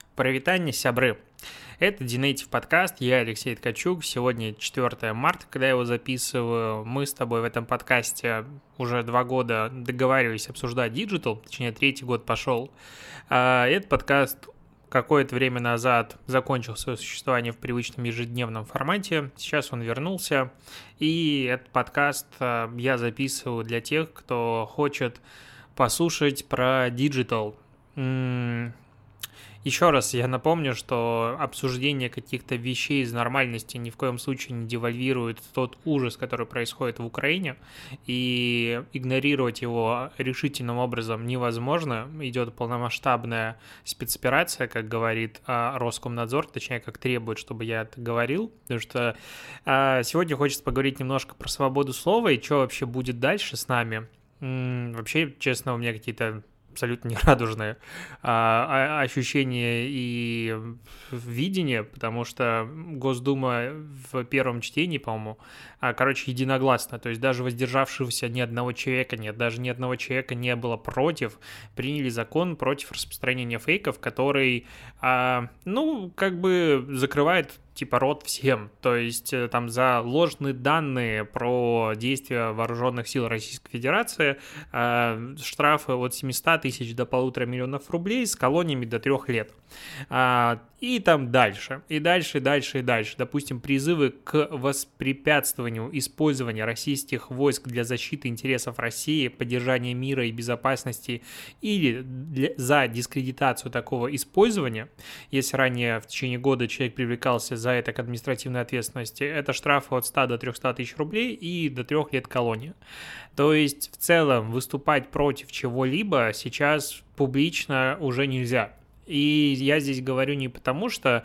Привитание, сябры! Это D-Native подкаст, я Алексей Ткачук, сегодня 4 марта, когда я его записываю. Мы с тобой в этом подкасте уже 2 года договаривались обсуждать диджитал, точнее 3-й год пошел. Этот подкаст какое-то время назад закончил свое существование в привычном ежедневном формате, сейчас он вернулся, и этот подкаст я записываю для тех, кто хочет послушать про диджитал. Еще раз я напомню, что обсуждение каких-то вещей из нормальности ни в коем случае не девальвирует тот ужас, который происходит в Украине, и игнорировать его решительным образом невозможно. Идет полномасштабная спецоперация, как говорит Роскомнадзор, точнее, как требует, чтобы я это говорил, потому что сегодня хочется поговорить немножко про свободу слова и что вообще будет дальше с нами. Вообще, честно, у меня какие-то абсолютно нерадужное ощущение и видение, потому что Госдума в первом чтении, по-моему, единогласно, то есть даже воздержавшегося ни одного человека нет, даже ни одного человека не было против, приняли закон против распространения фейков, который, закрывает рот всем, то есть там за ложные данные про действия вооруженных сил Российской Федерации штрафы от 700 тысяч до 1,5 миллиона рублей с колониями до 3 лет. И там дальше, и дальше. Допустим, призывы к воспрепятствованию использования российских войск для защиты интересов России, поддержания мира и безопасности или за дискредитацию такого использования. Если ранее в течение года человек привлекался за это к административной ответственности, это штрафы от 100 до 300 тысяч рублей и до 3 лет колонии. То есть в целом выступать против чего-либо сейчас публично уже нельзя. И я здесь говорю не потому, что,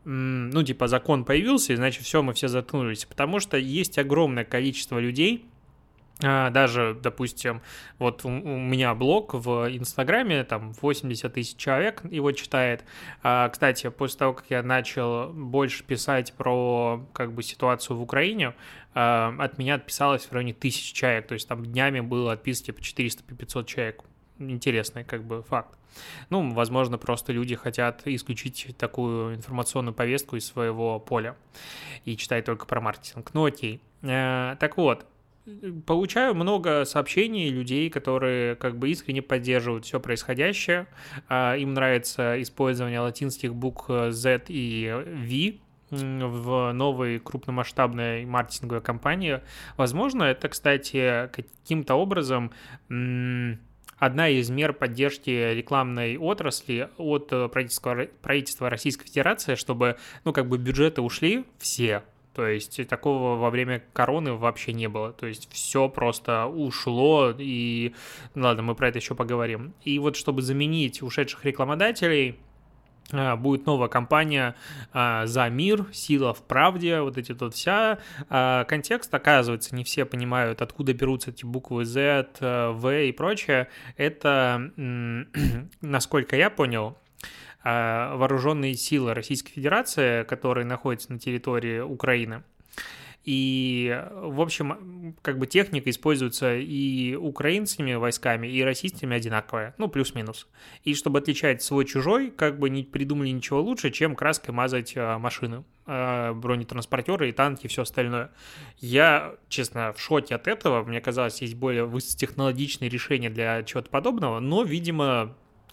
закон появился, и значит, все, мы все заткнулись, потому что есть огромное количество людей, даже, допустим, вот у меня блог в Инстаграме, там 80 тысяч человек его читает. Кстати, после того, как я начал больше писать про ситуацию в Украине, от меня отписалось в районе 1000 человек, то есть там днями было отписки по 400-500 человек. Интересный факт. Возможно, просто люди хотят исключить такую информационную повестку из своего поля и читать только про маркетинг. Окей. Так вот, получаю много сообщений людей, которые искренне поддерживают все происходящее. Им нравится использование латинских букв Z и V в новой крупномасштабной маркетинговой кампании. Возможно, это, кстати, каким-то образом одна из мер поддержки рекламной отрасли от правительства Российской Федерации, чтобы, бюджеты ушли все. То есть такого во время короны вообще не было. То есть все просто ушло, и ладно, мы про это еще поговорим. И вот чтобы заменить ушедших рекламодателей, будет новая кампания «За мир», «Сила в правде», вот эти вся. Контекст, оказывается, не все понимают, откуда берутся эти буквы Z, V и прочее. Это, насколько я понял, вооруженные силы Российской Федерации, которые находятся на территории Украины. И, в общем, техника используется и украинскими войсками, и российскими одинаковая, плюс-минус. И чтобы отличать свой-чужой, не придумали ничего лучше, чем краской мазать машины, бронетранспортеры и танки и все остальное. Я, честно, в шоке от этого. Мне казалось, есть более высокотехнологичные решения для чего-то подобного, но, видимо,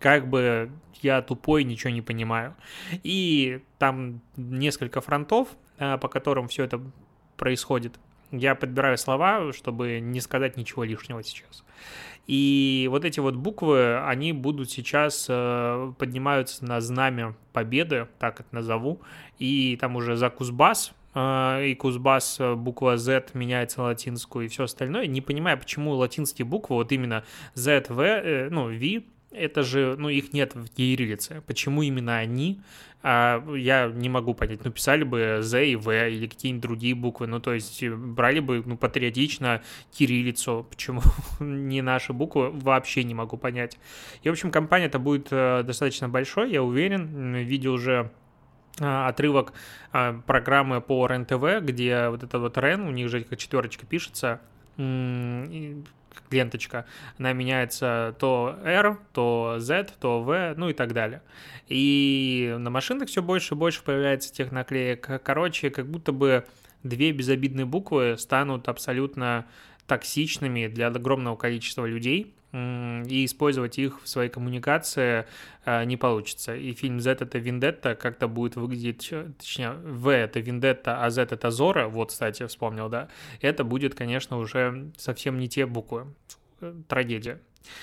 я тупой, ничего не понимаю. И там несколько фронтов, по которым все это происходит. Я подбираю слова, чтобы не сказать ничего лишнего сейчас. И вот эти буквы, они будут сейчас поднимаются на знамя победы, так это назову, и там уже за Кузбасс, и Кузбасс, буква Z меняется на латинскую и все остальное. Не понимаю, почему латинские буквы, вот именно Z, V, V, это же, их нет в кириллице. Почему именно они? Я не могу понять. Писали бы Z и V или какие-нибудь другие буквы. То есть брали бы, патриотично кириллицу. Почему не наши буквы? Вообще не могу понять. И, в общем, компания-то будет достаточно большой, я уверен. Видел уже отрывок программы по РЕН-ТВ, где вот это РЕН, у них же как 4 пишется, как ленточка, она меняется то R, то Z, то V, ну и так далее. И на машинах все больше и больше появляется тех наклеек. Короче, как будто бы две безобидные буквы станут абсолютно токсичными для огромного количества людей, и использовать их в своей коммуникации не получится. И фильм Z — это Вендетта как-то будет выглядеть, точнее, V — это Вендетта, а Z — это Зора, вот, кстати, вспомнил, да, это будет, конечно, уже совсем не те буквы. Трагедия.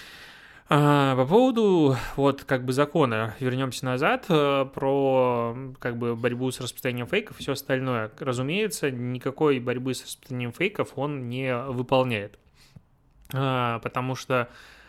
По поводу вот как бы закона, вернемся назад, про как бы борьбу с распространением фейков и все остальное. Разумеется, никакой борьбы с распространением фейков он не выполняет. Потому что,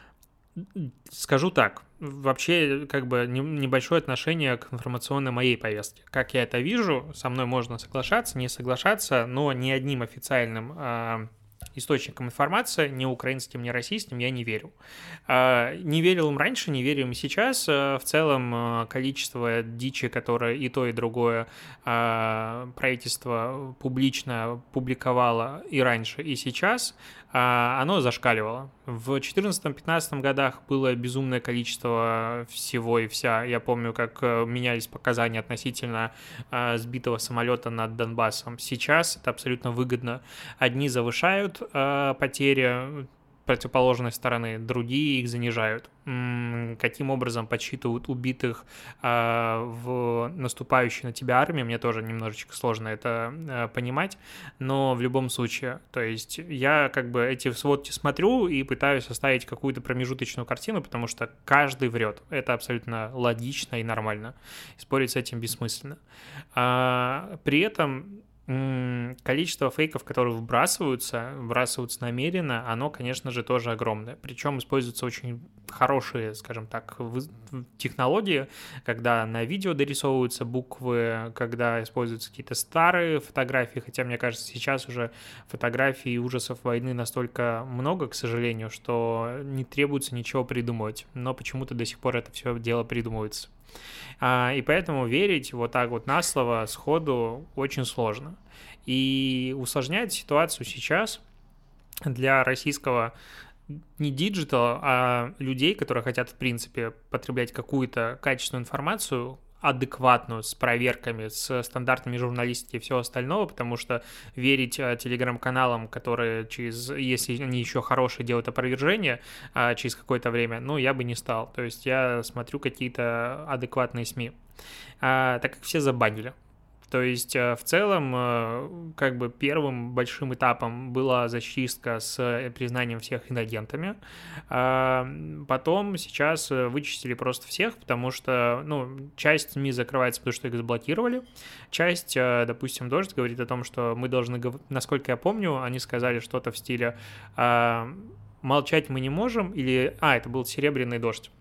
скажу так, вообще как бы небольшое отношение к информационной моей повестке. Как я это вижу, со мной можно соглашаться, не соглашаться, но ни одним официальным источникам информации, ни украинским, ни российским, я не верю. Не верил им раньше, не верю им сейчас. В целом количество дичи, которое и то, и другое правительство публично публиковало и раньше, и сейчас, оно зашкаливало. В 2014-2015 годах было безумное количество всего и вся. Я помню, как менялись показания относительно сбитого самолета над Донбассом. Сейчас это абсолютно выгодно. Одни завышают потери противоположной стороны, другие их занижают. Каким образом подсчитывают убитых в наступающей на тебя армии, мне тоже немножечко сложно это понимать, но в любом случае, то есть я как бы эти сводки смотрю и пытаюсь составить какую-то промежуточную картину, потому что каждый врет. Это абсолютно логично и нормально. Спорить с этим бессмысленно. При этом количество фейков, которые вбрасываются намеренно, оно, конечно же, тоже огромное. Причем используются очень хорошие, скажем так, технологии, когда на видео дорисовываются буквы, когда используются какие-то старые фотографии, хотя, мне кажется, сейчас уже фотографий ужасов войны настолько много, к сожалению, что не требуется ничего придумывать, но почему-то до сих пор это все дело придумывается. И поэтому верить вот так вот на слово сходу очень сложно. И усложняет ситуацию сейчас для российского не диджитала, а людей, которые хотят, в принципе, потреблять какую-то качественную информацию, адекватную, с проверками, с стандартами журналистики и всего остального, потому что верить телеграм-каналам, которые если они еще хорошие, делают опровержение через какое-то время, я бы не стал. То есть я смотрю какие-то адекватные СМИ, так как все забанили. То есть в целом как бы первым большим этапом была зачистка с признанием всех инагентами. Потом сейчас вычистили просто всех, потому что часть СМИ закрывается, потому что их заблокировали. Часть, допустим, «Дождь» говорит о том, что мы должны, насколько я помню, они сказали что-то в стиле «молчать мы не можем» или это был «Серебряный дождь».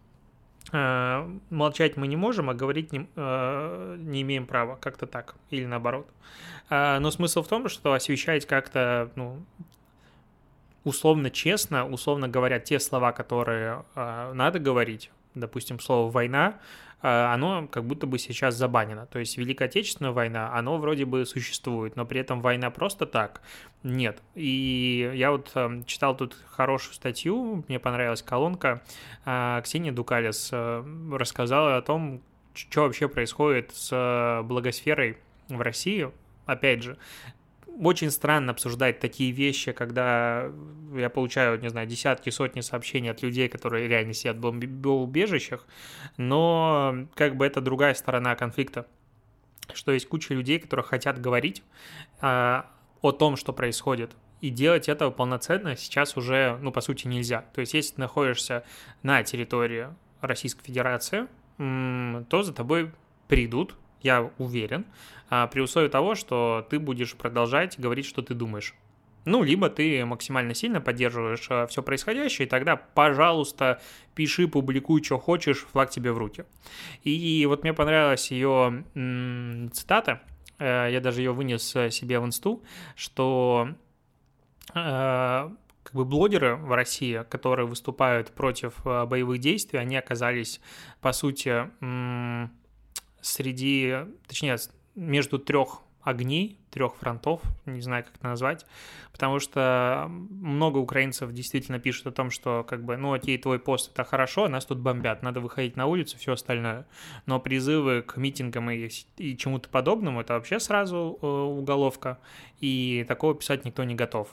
Молчать мы не можем, а говорить не имеем права, как-то так, или наоборот. Но смысл в том, что освещать как-то, условно честно, условно говоря, те слова, которые надо говорить, допустим, слово «война», оно как будто бы сейчас забанено. То есть Великая Отечественная война, оно вроде бы существует, но при этом война просто так нет. И я вот читал тут хорошую статью, мне понравилась колонка, Ксения Дукалис рассказала о том, что вообще происходит с благосферой в России. Опять же, очень странно обсуждать такие вещи, когда я получаю, не знаю, десятки, сотни сообщений от людей, которые реально сидят в бомбоубежищах, но как бы это другая сторона конфликта, что есть куча людей, которые хотят говорить о том, что происходит, и делать этого полноценно сейчас уже, по сути, нельзя. То есть если ты находишься на территории Российской Федерации, то за тобой придут, я уверен, при условии того, что ты будешь продолжать говорить, что ты думаешь. Либо ты максимально сильно поддерживаешь все происходящее, и тогда, пожалуйста, пиши, публикуй, что хочешь, флаг тебе в руки. И вот мне понравилась ее цитата, я даже ее вынес себе в инсту, что как бы блогеры в России, которые выступают против боевых действий, они оказались, по сути, между трех огней, 3 фронтов, не знаю, как это назвать, потому что много украинцев действительно пишут о том, что как бы, ну окей, твой пост это хорошо, нас тут бомбят, надо выходить на улицу, все остальное, но призывы к митингам и чему-то подобному это вообще сразу уголовка, и такого писать никто не готов.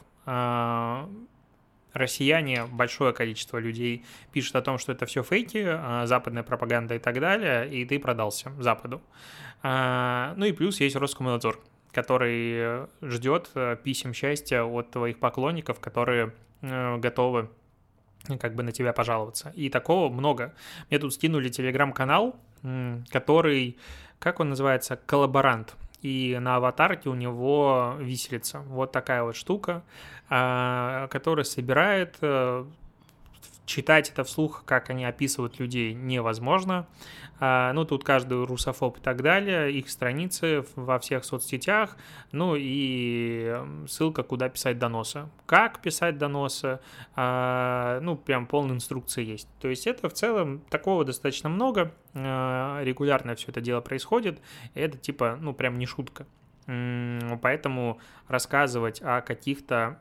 Россияне, большое количество людей пишут о том, что это все фейки, западная пропаганда и так далее, и ты продался Западу. Ну и плюс есть Роскомнадзор, который ждет писем счастья от твоих поклонников, которые готовы как бы на тебя пожаловаться. И такого много. Мне тут скинули телеграм-канал, который, как он называется, коллаборант. И на аватарке у него виселица. Вот такая вот штука, которая собирает. Читать это вслух, как они описывают людей, невозможно. Ну, тут каждый русофоб и так далее, их страницы во всех соцсетях, ну и ссылка, куда писать доносы. Как писать доносы, ну, прям полная инструкция есть. То есть это в целом такого достаточно много, регулярно все это дело происходит, и это типа, ну, прям не шутка. Поэтому рассказывать о каких-то...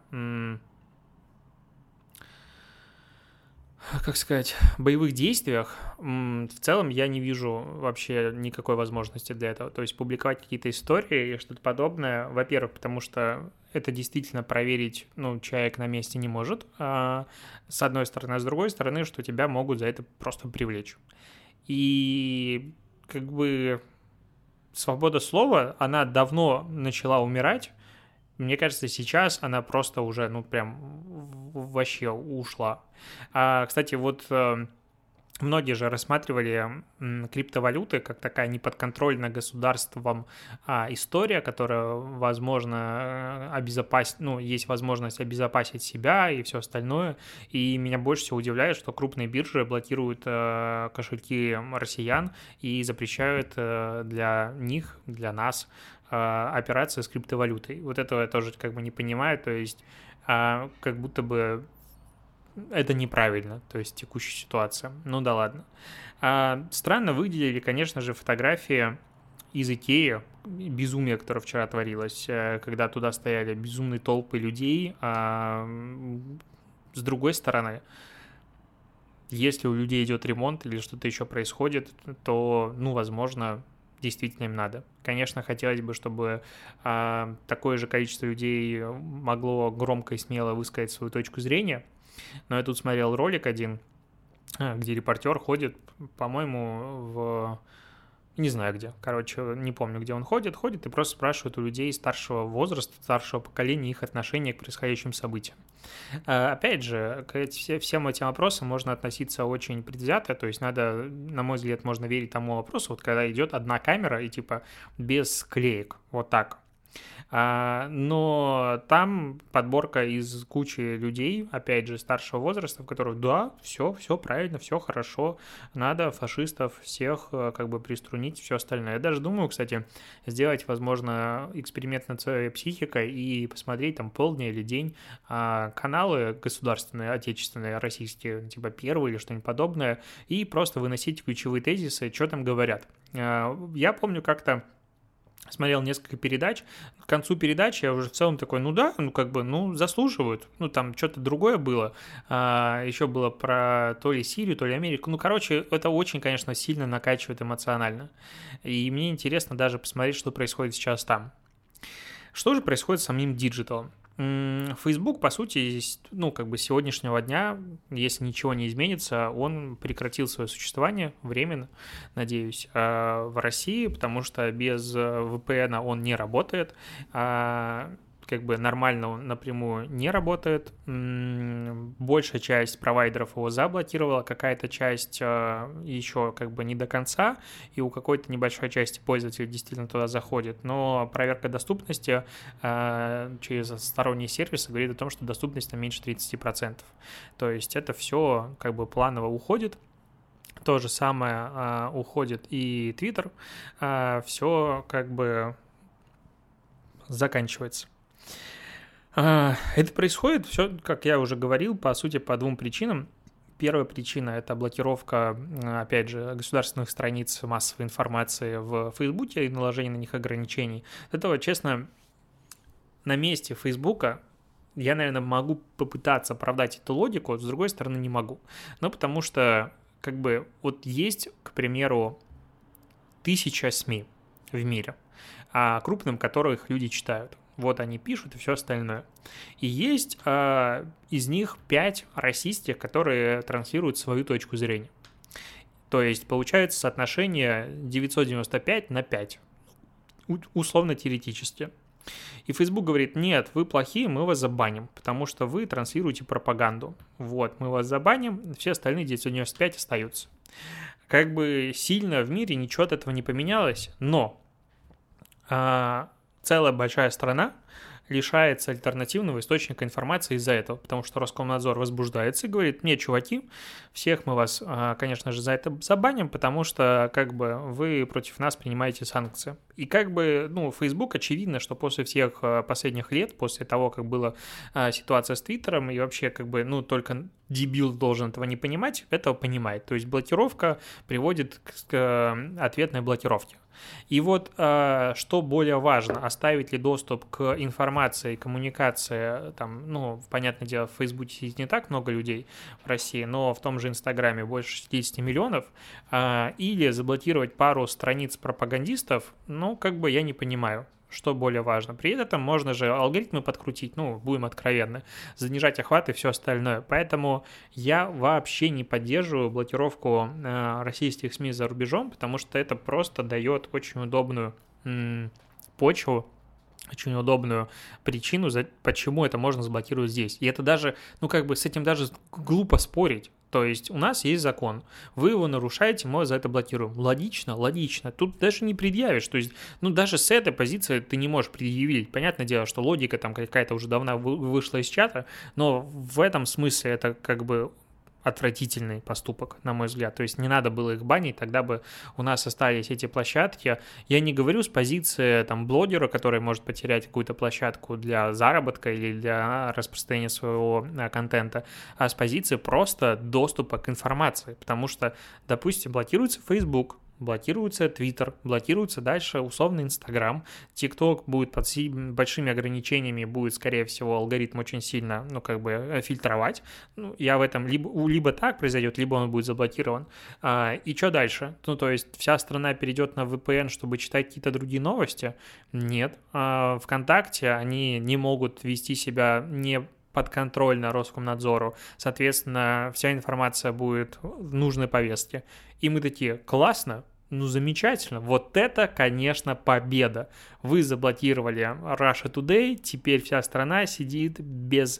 как сказать, боевых действиях, в целом я не вижу вообще никакой возможности для этого. То есть публиковать какие-то истории и что-то подобное, во-первых, потому что это действительно проверить, ну, человек на месте не может, с одной стороны, а с другой стороны, что тебя могут за это просто привлечь. И как бы свобода слова, она давно начала умирать. Мне кажется, сейчас она просто уже, ну, прям вообще ушла. Кстати, вот многие же рассматривали криптовалюты как такая неподконтрольная государством история, которая, возможно, обезопасит, ну, есть возможность обезопасить себя и все остальное. И меня больше всего удивляет, что крупные биржи блокируют кошельки россиян и запрещают для них, для нас, операции с криптовалютой. Вот этого я тоже как бы не понимаю, то есть как будто бы это неправильно, то есть текущая ситуация. Ну да ладно. Странно выделили, конечно же, фотографии из Икеи, безумие, которое вчера творилось, когда туда стояли безумные толпы людей. С другой стороны, если у людей идет ремонт или что-то еще происходит, то, ну, возможно, действительно им надо. Конечно, хотелось бы, чтобы такое же количество людей могло громко и смело высказать свою точку зрения, но я тут смотрел ролик один, где репортер ходит, по-моему, не знаю где, короче, не помню, где он ходит и просто спрашивает у людей старшего возраста, старшего поколения их отношение к происходящим событиям. Опять же, к всем этим вопросам можно относиться очень предвзято, то есть надо, на мой взгляд, можно верить тому вопросу, вот когда идет одна камера и типа без склеек, вот так. Но там подборка из кучи людей, опять же, старшего возраста, в которых, да, все правильно, все хорошо, надо фашистов всех как бы приструнить, все остальное. Я даже думаю, кстати, сделать, возможно, эксперимент над своей психикой и посмотреть там полдня или день каналы государственные, отечественные, российские, типа Первый или что-нибудь подобное, и просто выносить ключевые тезисы, что там говорят. Я помню как-то смотрел несколько передач, к концу передачи я уже в целом такой, ну да, ну как бы, ну заслуживают, ну там что-то другое было, еще было про то ли Сирию, то ли Америку, ну короче, это очень, конечно, сильно накачивает эмоционально, и мне интересно даже посмотреть, что происходит сейчас там. Что же происходит с самим диджиталом? Facebook, по сути, ну, как бы с сегодняшнего дня, если ничего не изменится, он прекратил свое существование временно, надеюсь, в России, потому что без VPN он не работает, как бы нормально он напрямую не работает. Большая часть провайдеров его заблокировала, какая-то часть еще как бы не до конца, и у какой-то небольшой части пользователей действительно туда заходит, но проверка доступности через сторонние сервисы говорит о том, что доступность там меньше 30%. То есть это все как бы планово уходит. То же самое уходит и Twitter, все как бы заканчивается. Это происходит все, как я уже говорил, по сути, по двум причинам. Первая причина – это блокировка, опять же, государственных страниц массовой информации в Фейсбуке и наложение на них ограничений. От этого, честно, на месте Фейсбука я, наверное, могу попытаться оправдать эту логику, с другой стороны, не могу. Ну, потому что, как бы, вот есть, к примеру, 1000 СМИ в мире, крупным которых люди читают. Вот они пишут и все остальное. И есть из них 5 российских, которые транслируют свою точку зрения. То есть получается соотношение 995 на 5, условно-теоретически. И Facebook говорит: нет, вы плохие, мы вас забаним, потому что вы транслируете пропаганду. Вот, мы вас забаним, все остальные 995 остаются. Как бы сильно в мире ничего от этого не поменялось, но целая большая страна лишается альтернативного источника информации из-за этого, потому что Роскомнадзор возбуждается и говорит: нет, чуваки, всех мы вас, конечно же, за это забаним, потому что как бы вы против нас принимаете санкции. И как бы, Facebook, очевидно, что после всех последних лет, после того, как была ситуация с Твиттером, и вообще как бы, только дебил должен этого не понимать, этого понимает. То есть блокировка приводит к ответной блокировке. И вот что более важно, оставить ли доступ к информации, коммуникации, там, понятное дело, в Фейсбуке сидит не так много людей в России, но в том же Инстаграме больше 60 миллионов, или заблокировать пару страниц пропагандистов, как бы я не понимаю, что более важно. При этом можно же алгоритмы подкрутить, будем откровенны, занижать охват и все остальное. Поэтому я вообще не поддерживаю блокировку российских СМИ за рубежом, потому что это просто дает очень удобную почву, очень удобную причину, почему это можно заблокировать здесь. И это даже, с этим даже глупо спорить. То есть у нас есть закон, вы его нарушаете, мы за это блокируем. Логично, логично. Тут даже не предъявишь. То есть, даже с этой позиции ты не можешь предъявить. Понятное дело, что логика там какая-то уже давно вышла из чата, но в этом смысле это как бы отвратительный поступок, на мой взгляд. То есть не надо было их банить, тогда бы у нас остались эти площадки. Я не говорю с позиции там блогера, который может потерять какую-то площадку для заработка или для распространения своего контента, а с позиции просто доступа к информации. Потому что, допустим, блокируется Facebook, блокируется Twitter, блокируется дальше условно Instagram, TikTok будет под большими ограничениями, будет, скорее всего, алгоритм очень сильно, фильтровать. Я в этом либо так произойдет, либо он будет заблокирован. И что дальше? То есть вся страна перейдет на VPN, чтобы читать какие-то другие новости? Нет. ВКонтакте они не могут вести себя не подконтрольно Роскомнадзору, соответственно, вся информация будет в нужной повестке. И мы такие: классно, замечательно, вот это, конечно, победа. Вы заблокировали Russia Today, теперь вся страна сидит без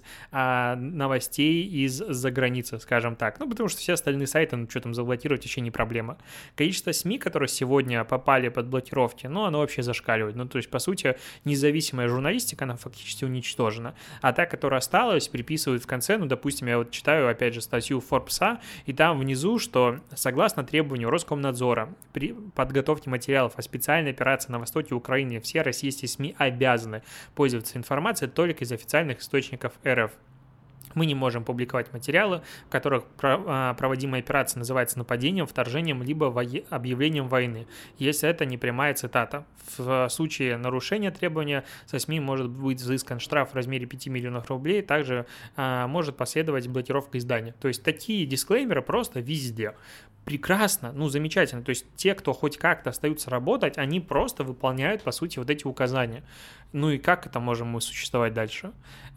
новостей из-за границы, скажем так. Потому что все остальные сайты, что там заблокировать, вообще не проблема. Количество СМИ, которые сегодня попали под блокировки, оно вообще зашкаливает. То есть, по сути, независимая журналистика, она фактически уничтожена. А та, которая осталась, приписывают в конце, допустим, я вот читаю, опять же, статью Forbes, и там внизу, что согласно требованию Роскомнадзора, при подготовке материалов о специальной операции на востоке Украины все российские СМИ обязаны пользоваться информацией только из официальных источников РФ. Мы не можем публиковать материалы, в которых проводимая операция называется нападением, вторжением, либо объявлением войны, если это не прямая цитата. В случае нарушения требования со СМИ может быть взыскан штраф в размере 5 миллионов рублей, также может последовать блокировка издания. То есть такие дисклеймеры просто везде. Прекрасно, замечательно. То есть те, кто хоть как-то остаются работать, они просто выполняют, по сути, вот эти указания. И как это можем мы существовать дальше?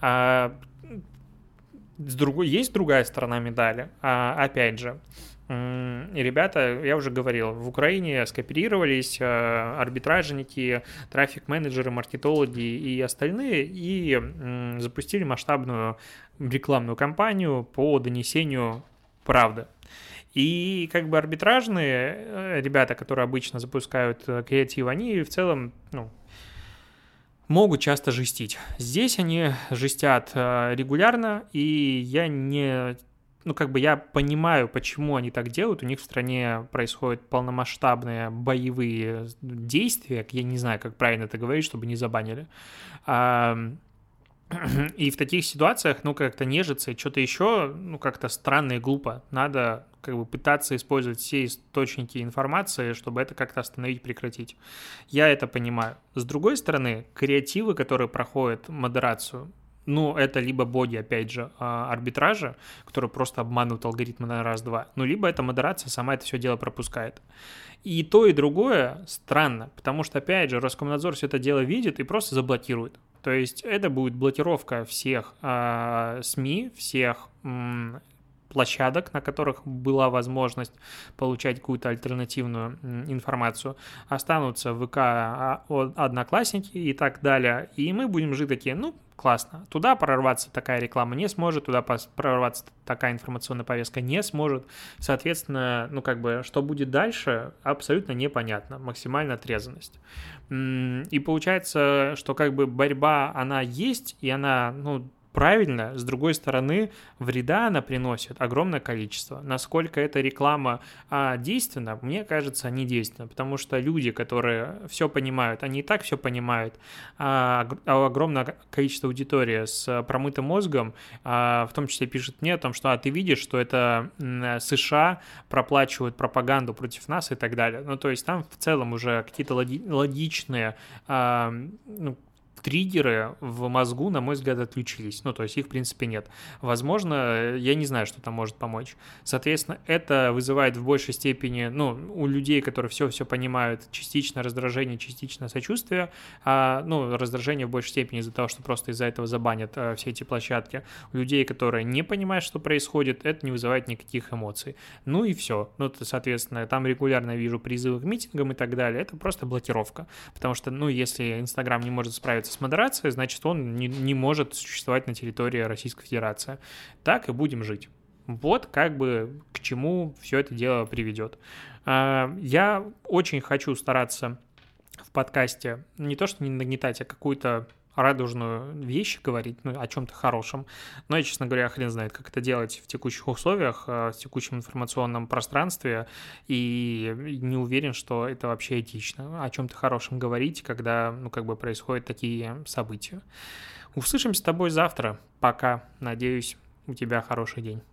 Есть другая сторона медали. Опять же, ребята, я уже говорил, в Украине скооперировались арбитражники, трафик-менеджеры, маркетологи и остальные, и запустили масштабную рекламную кампанию по донесению правды. И арбитражные ребята, которые обычно запускают креатив, они в целом, могут часто жестить. Здесь они жестят регулярно, и я не... я понимаю, почему они так делают. У них в стране происходят полномасштабные боевые действия. Я не знаю, как правильно это говорить, чтобы не забанили. И в таких ситуациях, ну, как-то нежиться и что-то еще, ну, как-то странно и глупо. Надо как бы пытаться использовать все источники информации, чтобы это как-то остановить, прекратить. Я это понимаю. С другой стороны, креативы, которые проходят модерацию, ну, это либо боги, опять же, арбитража, которые просто обманывают алгоритмы на раз-два, ну, либо это модерация сама это все дело пропускает. И то, и другое странно, потому что, опять же, Роскомнадзор все это дело видит и просто заблокирует. То есть это будет блокировка всех СМИ, всех площадок, на которых была возможность получать какую-то альтернативную информацию, останутся ВК, Одноклассники и так далее, и мы будем жить такие, ну, классно. Туда прорваться такая реклама не сможет, туда прорваться такая информационная повестка не сможет. Соответственно, ну, как бы, что будет дальше, абсолютно непонятно. Максимальная отрезанность. И получается, что как бы борьба, она есть, и она, ну, правильно, с другой стороны, вреда она приносит огромное количество. Насколько эта реклама действенна, мне кажется, не действенна, потому что люди, которые все понимают, они и так все понимают, огромное количество аудитории с промытым мозгом, в том числе пишет мне о том, что ты видишь, что это США проплачивают пропаганду против нас и так далее. Ну, то есть там в целом уже какие-то логичные триггеры в мозгу, на мой взгляд, отключились. Ну, то есть их, в принципе, нет. Возможно, я не знаю, что там может помочь. Соответственно, это вызывает в большей степени, ну, у людей, которые все понимают, частично раздражение, частично сочувствие, ну, раздражение в большей степени из-за того, что просто из-за этого забанят все эти площадки. У людей, которые не понимают, что происходит, это не вызывает никаких эмоций. Ну и все. Ну, соответственно, там регулярно вижу призывы к митингам и так далее. Это просто блокировка. Потому что, ну, если Инстаграм не может справиться с модерацией, значит, он не может существовать на территории Российской Федерации. Так и будем жить. Вот как бы к чему все это дело приведет. Я очень хочу стараться в подкасте не то что не нагнетать, а какую-то радужную вещь говорить, ну, о чем-то хорошем. Но я, честно говоря, хрен знает, как это делать в текущих условиях, в текущем информационном пространстве, и не уверен, что это вообще этично. О чем-то хорошем говорить, когда, ну, как бы происходят такие события. Услышимся с тобой завтра. Пока. Надеюсь, у тебя хороший день.